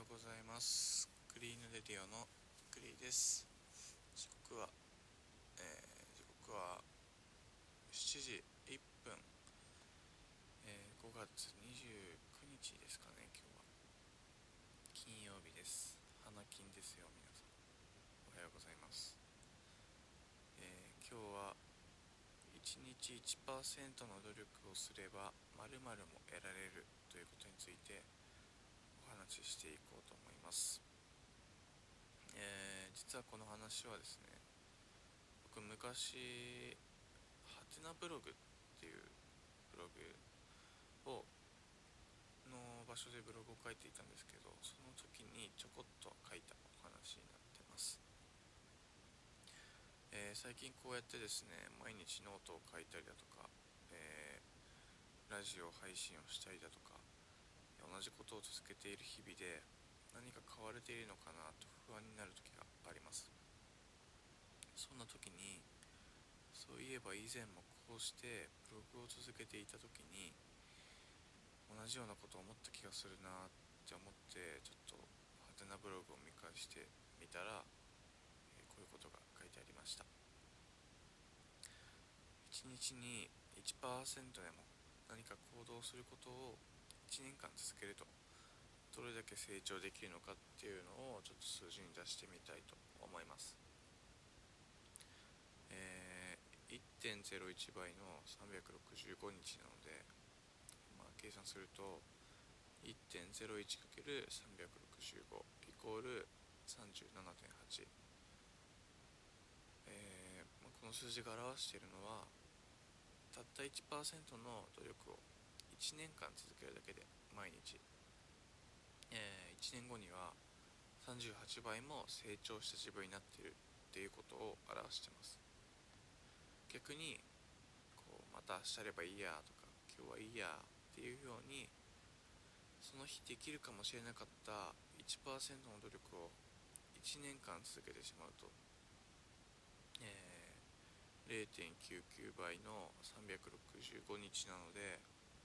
ようございます。クリーンレディオのクリーです。時刻は、7時1分、5月29日ですかね。今日は金曜日です。花金ですよ、皆さん。おはようございます。今日は1日 1% の努力をすれば〇〇も得られるということについてお話ししていこうと思います。実はこの話はですね、僕昔ハテナブログっていうブログをの場所でブログを書いていたんですけど、その時にちょこっと書いたお話になってます。最近こうやってですね、毎日ノートを書いたりだとか、ラジオ配信をしたりだとか、同じことを続けている日々で何か変われているのかなと不安になる時があります。そんな時に、そういえば以前もこうしてブログを続けていた時に同じようなことを思った気がするなって思って、ちょっとハテナブログを見返してみたら、こういうことが書いてありました。1日に 1% でも何か行動することを1年間続けるとどれだけ成長できるのかっていうのをちょっと数字に出してみたいと思います。1.01 倍の365日なので、計算すると 1.01×365 イコール 37.8、この数字が表しているのはたった 1% の努力を1年間続けるだけで毎日、1年後には38倍も成長した自分になっているっていうことを表しています。逆にまた明日やればいいやとか今日はいいやっていうように、その日できるかもしれなかった 1% の努力を1年間続けてしまうと、0.99 倍の365日なので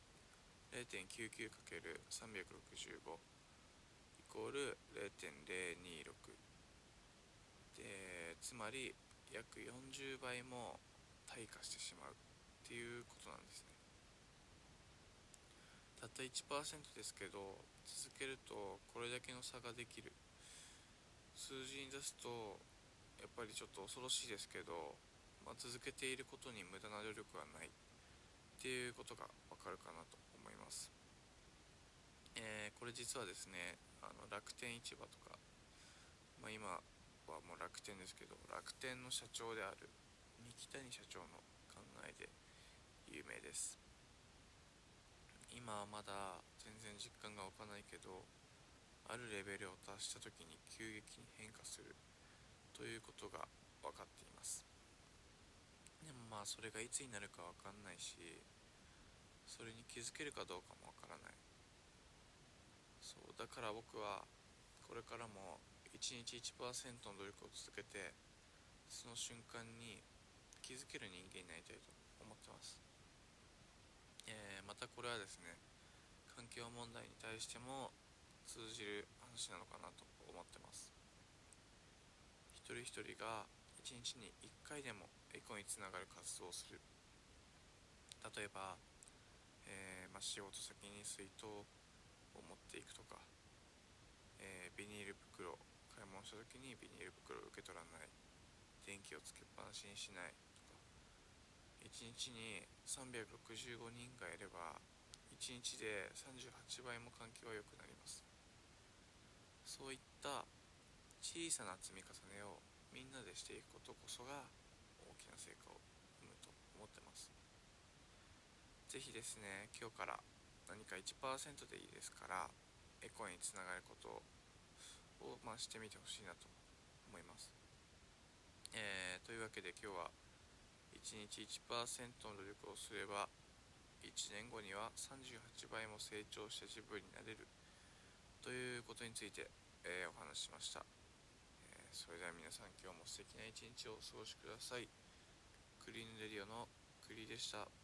0.99×365 イコール 0.026 で、つまり約40倍も退化してしまうっていうことなんですね。たった 1% ですけど、続けるとこれだけの差ができる。数字に出すとやっぱりちょっと恐ろしいですけど、続けていることに無駄な努力はないっていうことがわかるかなと思います。これ実はですね、楽天市場とか、今はもう楽天ですけど、楽天の社長である三木谷社長の考えで有名です。今はまだ全然実感が湧かないけど、あるレベルを達した時に急激に変化するということが分かっています。でもそれがいつになるか分かんないし、それに気づけるかどうかも分からない。そうだから僕はこれからも1日 1% の努力を続けて、その瞬間に気づける人間になりたいと思ってます。またこれはですね、環境問題に対しても通じる話なのかなと思ってます。一人一人が1日に1回でもエコにつながる活動をする。例えば、仕事先に水筒を持っていくとか、ビニール袋、買い物した時にビニール袋を受け取らない、電気をつけっぱなしにしないとか、1日に365人がいれば1日で38倍も環境は良くなります。そういった小さな積み重ねをみんなでしていくことこそが大きな成果を生むと思ってます。ぜひですね、今日から何か 1% でいいですからエコにつながることをしてみてほしいなと思います。というわけで今日は1日 1% の努力をすれば1年後には38倍も成長した自分になれるということについて、お話ししました。それでは皆さん、今日も素敵な一日をお過ごしください。クリーンレディオのクリーでした。